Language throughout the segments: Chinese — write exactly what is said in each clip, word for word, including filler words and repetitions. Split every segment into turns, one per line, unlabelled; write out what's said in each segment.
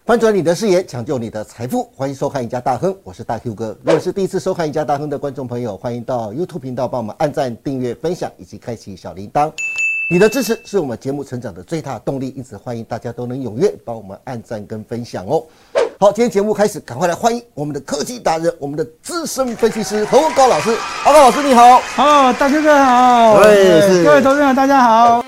翻转你的视野，抢救你的财富，欢迎收看赢家大亨，我是大 Q 哥。如果是第一次收看赢家大亨的观众朋友，欢迎到 YouTube 频道帮我们按赞、订阅、分享以及开启小铃铛。你的支持是我们节目成长的最大动力，因此欢迎大家都能踊跃帮我们按赞跟分享哦。好，今天节目开始，赶快来欢迎我们的科技达人，我们的资深分析师何文高老师。高老师你好。
好，大 Q 哥好。
对，是
各位投资者大家好。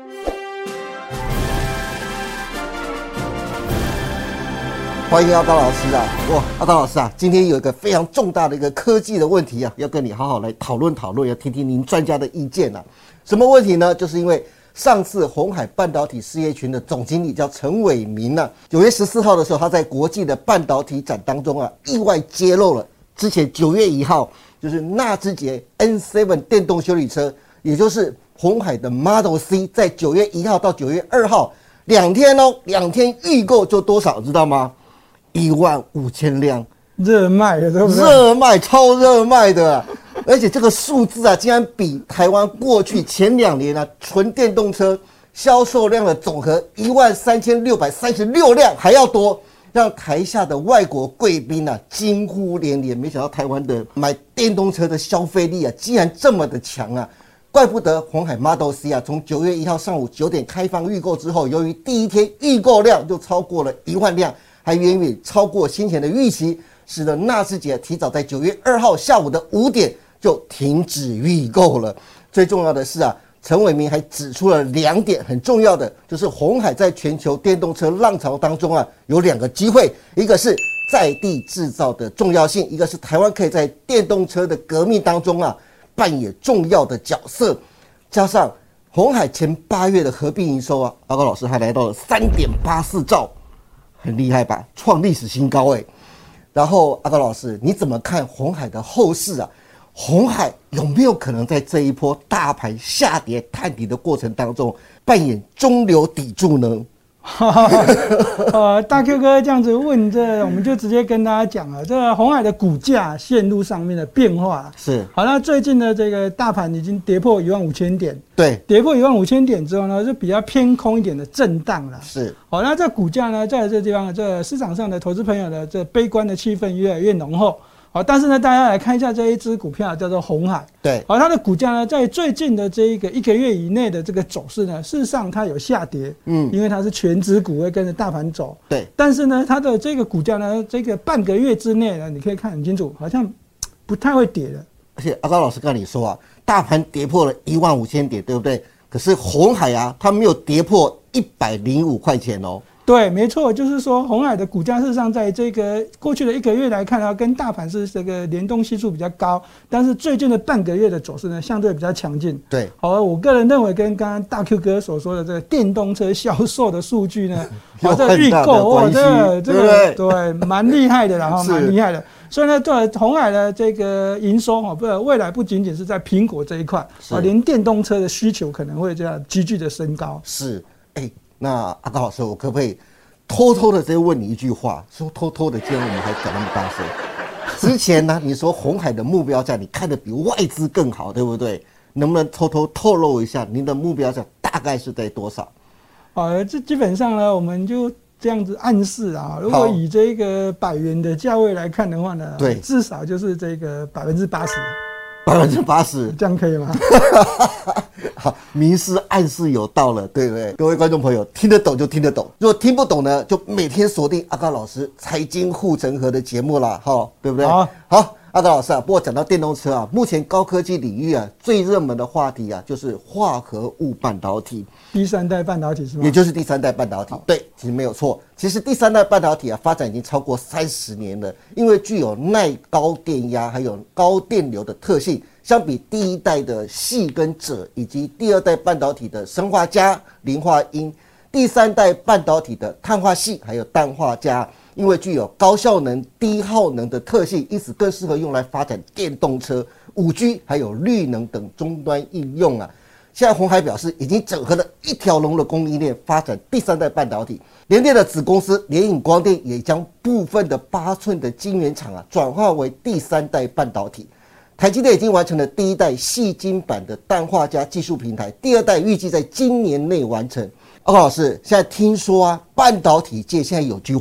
欢迎阿高老师啊！哇，阿高老师啊，今天有一个非常重大的一个科技的问题啊，要跟你好好来讨论讨论，要听听您专家的意见啊。什么问题呢？就是因为上次鸿海半导体事业群的总经理叫陈伟明啊，九月十四号的时候，他在国际的半导体展当中啊，意外揭露了之前九月一号就是纳智捷 N 七 电动休旅车，也就是鸿海的 Model C， 在九月一号到九月二号两天哦，两天预购就多少，知道吗？一万五千辆，
热卖的，对不对？
热卖，超热卖的、啊，而且这个数字啊，竟然比台湾过去前两年啊纯电动车销售量的总和一万三千六百三十六辆还要多，让台下的外国贵宾啊惊呼连连。没想到台湾的买电动车的消费力啊，竟然这么的强啊！怪不得鸿海 Model C 啊，从九月一号上午九点开放预购之后，由于第一天预购量就超过了一万辆。还远远超过先前的预期，使得纳智捷提早在九月二号下午的五点就停止预购了。最重要的是啊，陈伟明还指出了两点很重要的，就是鸿海在全球电动车浪潮当中啊，有两个机会，一个是在地制造的重要性，一个是台湾可以在电动车的革命当中啊扮演重要的角色。加上鸿海前八月的合并营收啊，阿高老师还来到了 三点八四兆。很厉害吧，创历史新高哎。然后阿高老师，你怎么看鸿海的后市啊？鸿海有没有可能在这一波大盘下跌探底的过程当中扮演中流砥柱呢？
呃，大 Q 哥这样子问，这我们就直接跟大家讲了，这个鸿海的股价线路上面的变化
是。
好，那最近的这个大盘已经跌破一万五千点，
对，
跌破一万五千点之后呢，就比较偏空一点的震荡了。
是。
好，那这股价呢，在这地方，这市场上的投资朋友的这悲观的气氛越来越浓厚。好，但是呢，大家来看一下这一支股票叫做鸿海。
对，
好，它的股价呢，在最近的这一个一个月以内的这个走势呢，事实上它有下跌，嗯，因为它是全指股会跟着大盘走。
对，
但是呢，它的这个股价呢，这个半个月之内呢，你可以看很清楚，好像不太会跌了。
而且阿高老师跟你说啊，大盘跌破了一万五千点，对不对？可是鸿海啊，它没有跌破一百零五块钱哦。
对，没错，就是说鸿海的股价事实上在这个过去的一个月来看啊，跟大盘是这个联动系数比较高，但是最近的半个月的走势呢，相对比较强劲。
对，
好，我个人认为跟刚刚大 Q 哥所说的这个电动车销售的数据呢，
有很大的
预购
关系，
这个这个
对
对，蛮厉害的，然后蛮厉害的。所以呢，对鸿海的这个营收哈，不，未来不仅仅是在苹果这一块，啊，连电动车的需求可能会这样急剧的升高。
是，哎、欸。那阿高老师，我可不可以偷偷的再问你一句话？说偷偷的，既然我们还讲那么大声，之前呢，你说鸿海的目标价你看得比外资更好，对不对？能不能偷偷透露一下您的目标价大概是在多少？
呃，这基本上呢，我们就这样子暗示啊，如果以这个百元的价位来看的话呢，对，至少就是这个百分之八十。
百分之八十，
这样可以吗？
好，明示暗示有到了，对不对？各位观众朋友，听得懂就听得懂，如果听不懂呢，就每天锁定阿高老师财经护城河的节目啦，哈，对不对？好，好，阿高老师啊，不过讲到电动车啊，目前高科技领域啊最热门的话题啊，就是化合物半导体，
第三代半导体是吗？
也就是第三代半导体，对，其实没有错。其实第三代半导体啊，发展已经超过三十年了，因为具有耐高电压还有高电流的特性。相比第一代的矽跟锗，以及第二代半导体的砷化镓、磷化铟，第三代半导体的碳化矽还有氮化镓，因为具有高效能、低耗能的特性，因此更适合用来发展电动车、五 G 还有绿能等终端应用啊。现在鸿海表示，已经整合了一条龙的供应链，发展第三代半导体。联电的子公司联影光电也将部分的八寸的晶圆厂啊，转化为第三代半导体。台积电已经完成了第一代矽晶版的氮化镓技术平台，第二代预计在今年内完成。阿高老师，现在听说啊，半导体界现在有句话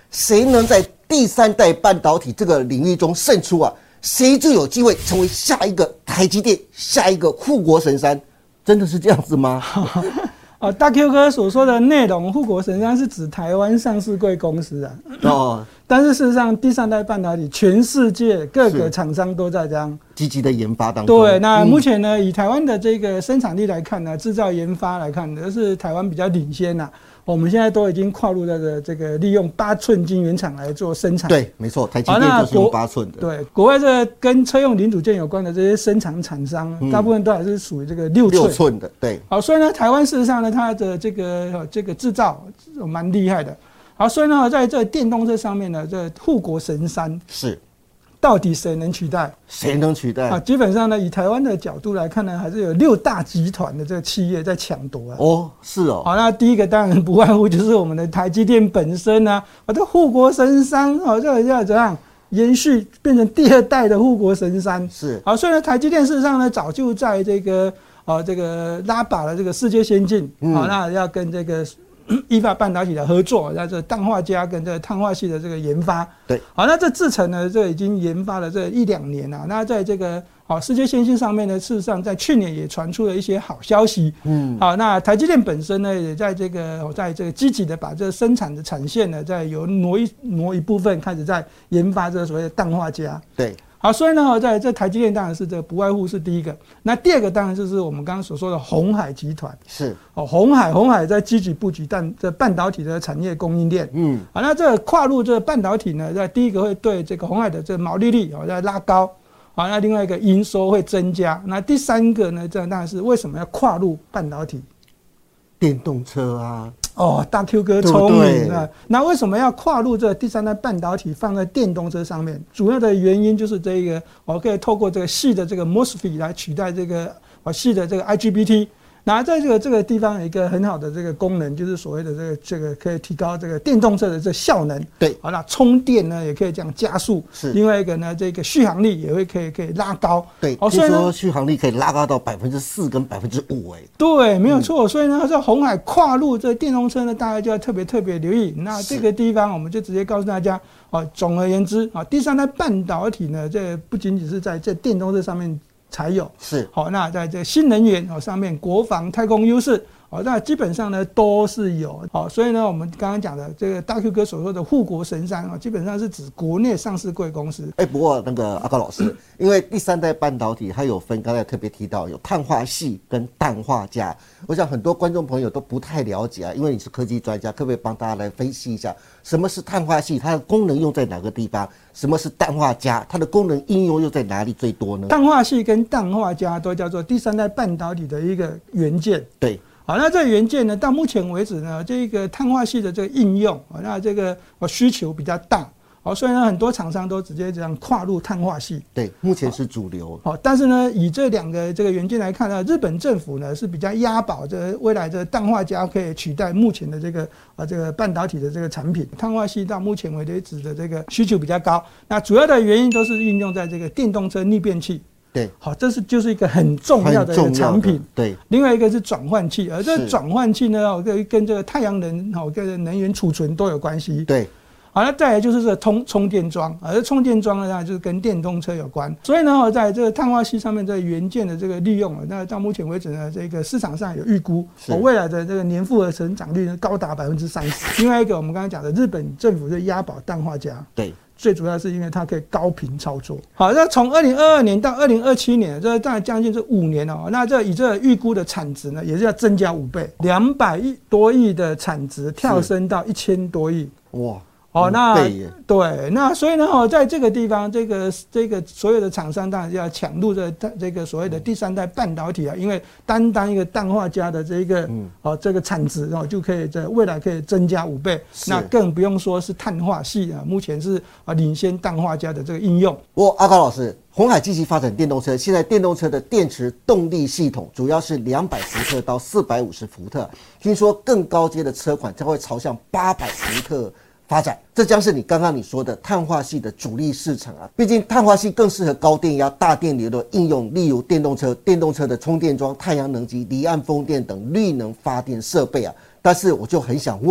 谁能在第三代半导体这个领域中胜出啊？谁就有机会成为下一个台积电，下一个护国神山？真的是这样子吗？
哦，大 Q 哥所说的内容护国神山是指台湾上市贵公司啊。哦，但是事实上，第三代半导体全世界各个厂商都在这样
积极的研发当中。
对，那目前呢，嗯、以台湾的这个生产力来看呢，制造研发来看，都是台湾比较领先呐、啊。我们现在都已经跨入这个这个利用八寸晶圆厂来做生产。
对，没错，台积电就是用八寸的。
对，国外这跟车用零组件有关的这些生产厂商，嗯、大部分都还是属于这个六寸。
六寸的，对。
好，所以呢，台湾事实上呢，它的这个这个制造蛮厉害的。好，所以呢，在这电动车上面呢，这护国神山
是。
到底谁能取代？
谁能取代啊？
基本上呢，以台湾的角度来看呢，还是有六大集团的这个企业在抢夺啊。
哦，是哦。
好，那第一个当然不外乎就是我们的台积电本身啊，我的护国神山，好，这要怎样延续变成第二代的护国神山？
是。
好，所以呢，台积电事实上呢，早就在这个啊这个拉拔了这个世界先进，嗯、好，那要跟这个。依法半导体的合作，在这氮化镓跟这个碳化系的这个研发，
对，
好，那这制程呢，这已经研发了这一两年了。那在这个好世界先进上面呢，事实上在去年也传出了一些好消息，嗯，好，那台积电本身呢，也在这个在这个积极的把这个生产的产线呢，在由挪一挪一部分开始在研发这个所谓的氮化镓，
对。
好，所以呢，在这台积电当然是这不外乎是第一个，那第二个当然就是我们刚刚所说的鸿海集团，
是
哦，鸿海鸿海在积极布局但这半导体的产业供应链，嗯，好，那这跨入这半导体呢，在第一个会对这个鸿海的这毛利率哦在拉高，好，那另外一个营收会增加，那第三个呢，这当然是为什么要跨入半导体？
电动车啊。
哦，大 Q 哥聪明啊！那为什么要跨入这第三代半导体放在电动车上面？主要的原因就是这个，我可以透过这个细的这个 M O S F E T 来取代这个我细的这个 I G B T。那在这个这个地方有一个很好的这个功能，就是所谓的这个这个可以提高这个电动车的这效能。
对，
好，那充电呢也可以这样加速。
是，
另外一个呢，这个续航力也会可以可以拉高。
对，听说续航力可以拉高到百分之四跟百分之五，哎。
对，没有错。嗯、所以呢，这鸿海跨入这电动车呢，大家就要特别特别留意。那这个地方我们就直接告诉大家，哦，总而言之，啊，第三代半导体呢，这不仅仅是在这电动车上面才有，
是
好，那在这新能源哦上面，国防太空优势哦，那基本上呢都是有好，所以呢，我们刚刚讲的这个大 Q 哥所说的护国神山啊，基本上是指国内上市贵公司。
哎、欸，不过那个阿高老师，因为第三代半导体它有分，刚才特别提到有碳化系跟氮化镓，我想很多观众朋友都不太了解啊，因为你是科技专家，可不可以帮大家来分析一下，什么是碳化系，它的功能用在哪个地方？什么是氮化镓，它的功能应用又在哪里最多呢？
氮化系跟氮化镓都叫做第三代半导体的一个元件。
对。
好，那这个元件呢，到目前为止呢，这个碳化系的这个应用，那这个需求比较大，好，所以呢，很多厂商都直接这样跨入碳化系。
对，目前是主流。
好，但是呢，以这两个这个元件来看呢，日本政府呢是比较押宝这未来这氮化镓可以取代目前的这个啊这个半导体的这个产品。碳化系到目前为止的这个需求比较高，那主要的原因都是运用在这个电动车逆变器。
对，
好，这是就是一个很重要的一个产品。
对，
另外一个是转换器，而这转换器呢，跟跟这个太阳能好跟能源储存都有关系。
对，
好，那再来就是这充充电桩，而充电桩呢，就是跟电动车有关。所以呢，在这个碳化系上面，这个元件的这个利用，那到目前为止呢，这个市场上有预估，未来的这个年复合成长率呢高达百分之三十。另外一个，我们刚才讲的日本政府是押宝氮化镓。
对。
最主要是因为它可以高频操作。好，那从二零二二年到二零二七年，这大概将近是五年哦。那这以这预估的产值呢，也是要增加五倍，两百亿多亿的产值跳升到一千多亿。哇！哦，那对，那所以呢，哦，在这个地方，这个这个所有的厂商当然要抢入这这个所谓的第三代半导体啊，因为单单一个氮化镓的这个、嗯、哦这个产值哦就可以在未来可以增加五倍，那更不用说是碳化系啊，目前是啊领先氮化镓的这个应用。
我阿高老师，鸿海积极发展电动车，现在电动车的电池动力系统主要是两百伏特到四百五十伏特，听说更高阶的车款将会朝向八百伏特。发展，这将是你刚刚你说的碳化系的主力市场啊。毕竟碳化系更适合高电压、大电流的应用，例如电动车、电动车的充电桩、太阳能及离岸风电等绿能发电设备啊。但是我就很想问了，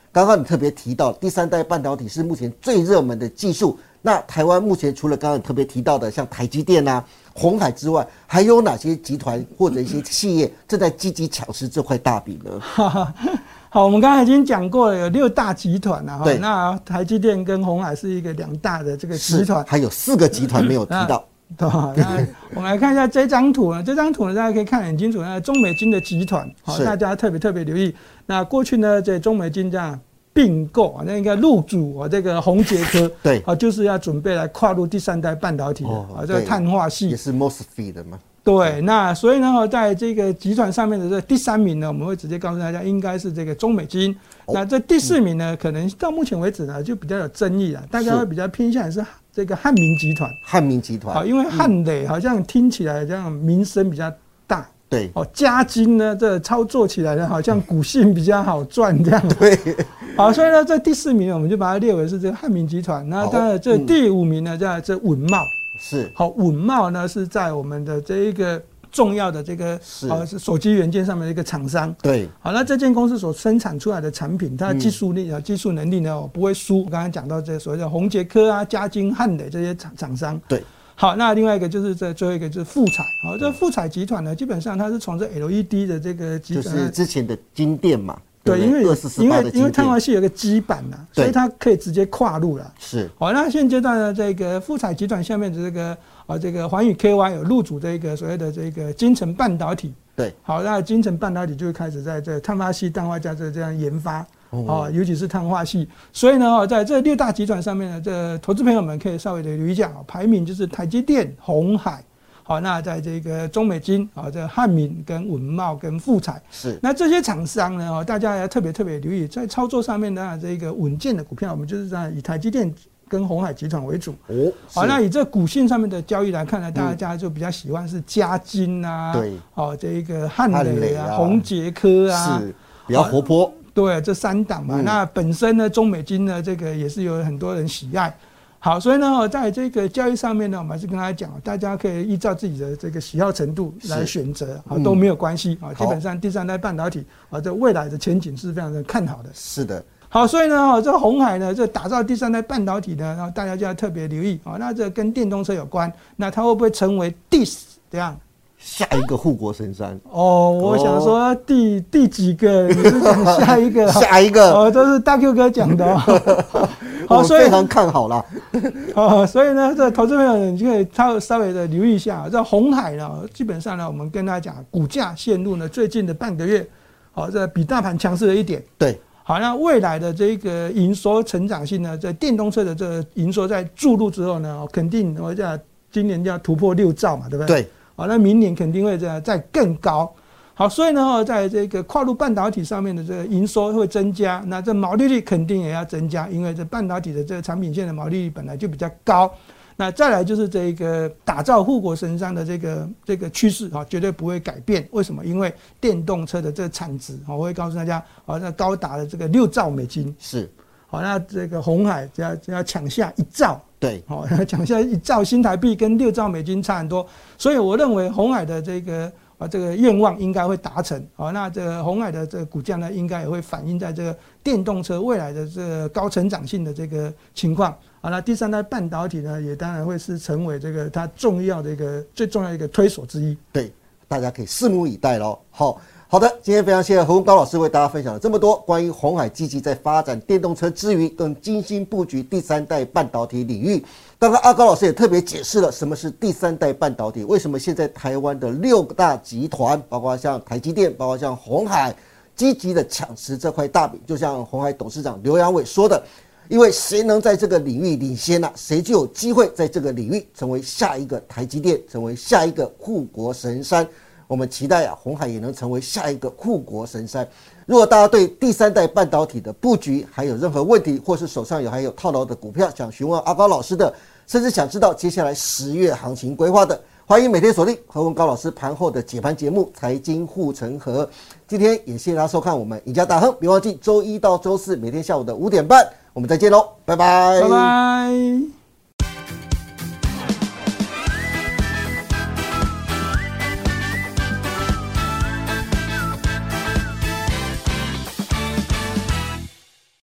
刚刚你特别提到第三代半导体是目前最热门的技术，那台湾目前除了刚刚你特别提到的像台积电啊、鸿海之外，还有哪些集团或者一些企业正在积极抢食这块大饼呢？
好，我们刚才已经讲过了，有六大集团了哈。那台积电跟鸿海是一个两大的这个集团，
还有四个集团没有提到。
对，那我们来看一下这张图呢。这张图呢，大家可以看得很清楚。那中美金的集团，好，大家特别特别留意。那过去呢，这中美金这样并购啊，那应该入主啊这个宏捷科，
对，
啊，就是要准备来跨入第三代半导体的啊，这个碳化系
也是 M O S F E T 的嘛。
对，那所以呢，在这个集团上面的这第三名呢，我们会直接告诉大家，应该是这个中美金。哦、那这第四名呢，嗯、可能到目前为止呢，就比较有争议了，大家会比较偏向是这个汉明集团。
汉明集团，
好，因为汉磊好像听起来这样名声比较大。
对，
哦，嘉金呢，这操作起来呢，好像股性比较好赚这样。
对，
好，所以呢，这第四名我们就把它列为是这个汉明集团。那当然，这第五名呢，在这稳懋。
是
好，稳懋呢是在我们的这一个重要的这个呃手机元件上面的一个厂商。
对，
好，那这间公司所生产出来的产品，它的技术力啊、嗯、技术能力呢不会输。我刚才讲到这所谓的宏捷科啊、嘉金、汉磊这些厂厂商。
对，
好，那另外一个就是这最后一个就是富彩。好，这富彩集团呢，基本上它是从这 L E D 的这个集团，
就是之前的金电嘛。
对，因为因为因为碳化系有个基板呐，所以它可以直接跨入了。
是，
好，那现阶段呢，这个富彩集团下面的这个啊，这个环宇 K Y 有入主这个所谓的这个精城半导体。
对，
好，那精城半导体就会开始在这碳化系、氮化镓这这样研发。哦，尤其是碳化系，所以呢，在这六大集团上面呢，这投资朋友们可以稍微的留意一下，排名就是台积电、鸿海。好，那在这个中美金啊，这汉明跟稳懋跟富彩
是，那
这些厂商呢，哦，大家要特别特别留意，在操作上面呢，这个稳健的股票，我们就是在以台积电跟鸿海集团为主。哦，好，那以这股性上面的交易来看呢，大家就比较喜欢是嘉金啊，对，哦，这个汉磊啊、宏捷科啊，
是比较活泼。
对，这三档嘛，嗯、那本身呢，中美金呢，这个也是有很多人喜爱。好，所以呢，在这个交易上面呢，我们还是跟大家讲，大家可以依照自己的这个喜好程度来选择，啊、嗯，都没有关系啊。基本上第三代半导体啊，这未来的前景是非常的看好的。
是的。
好，所以呢，这个鸿海呢，这打造第三代半导体呢，然后大家就要特别留意啊。那这跟电动车有关，那它会不会成为第这样？
下一个护国神山
哦，我想说第、哦、第几个？你是讲下一个？
下一个
哦，都是大 Q 哥讲的哦。
好，所以非常看好啦。
哦，所以呢，这投资朋友你就可以稍稍微的留意一下。这鸿海呢，基本上呢，我们跟大家讲，股价陷入呢最近的半个月，好、哦，这比大盘强势了一点。
对。
好，那未来的这个营收成长性呢，在电动车的这个营收在注入之后呢，肯定我讲今年就要突破六兆嘛，对不对？对。好，那明年肯定会再再更高。好，所以呢，在这个跨入半导体上面的这个营收会增加，那这毛利率肯定也要增加，因为这半导体的这个产品线的毛利率本来就比较高。那再来就是这个打造护国神山的这个这个趋势啊，绝对不会改变。为什么？因为电动车的这个产值啊，我会告诉大家，啊，那高达了这个六兆美金。是。好，那这个鸿海只要只要抢下一兆。对，好，讲一下一兆新台币跟六兆美金差很多，所以我认为鸿海的这个啊这个愿望应该会达成。好，那这个鸿海的这个股价呢，应该也会反映在这个电动车未来的这个高成长性的这个情况。好，那第三代半导体呢，也当然会是成为这个它重要的一个最重要的一个推手之一。对，大家可以拭目以待咯。好。好的，今天非常谢谢何文高老师为大家分享了这么多关于鸿海积极在发展电动车之余，更精心布局第三代半导体领域。刚刚阿高老师也特别解释了什么是第三代半导体，为什么现在台湾的六大集团，包括像台积电，包括像鸿海，积极的抢食这块大饼。就像鸿海董事长刘扬伟说的，因为谁能在这个领域领先呢、啊，谁就有机会在这个领域成为下一个台积电，成为下一个护国神山。我们期待啊，鸿海也能成为下一个护国神山。如果大家对第三代半导体的布局还有任何问题，或是手上有还有套牢的股票想询问阿高老师的，甚至想知道接下来十月行情规划的，欢迎每天锁定何文高老师盘后的解盘节目《财经护城河》。今天也谢谢大家收看我们赢家大亨，别忘记周一到周四每天下午的五点半，我们再见喽，拜拜，拜拜。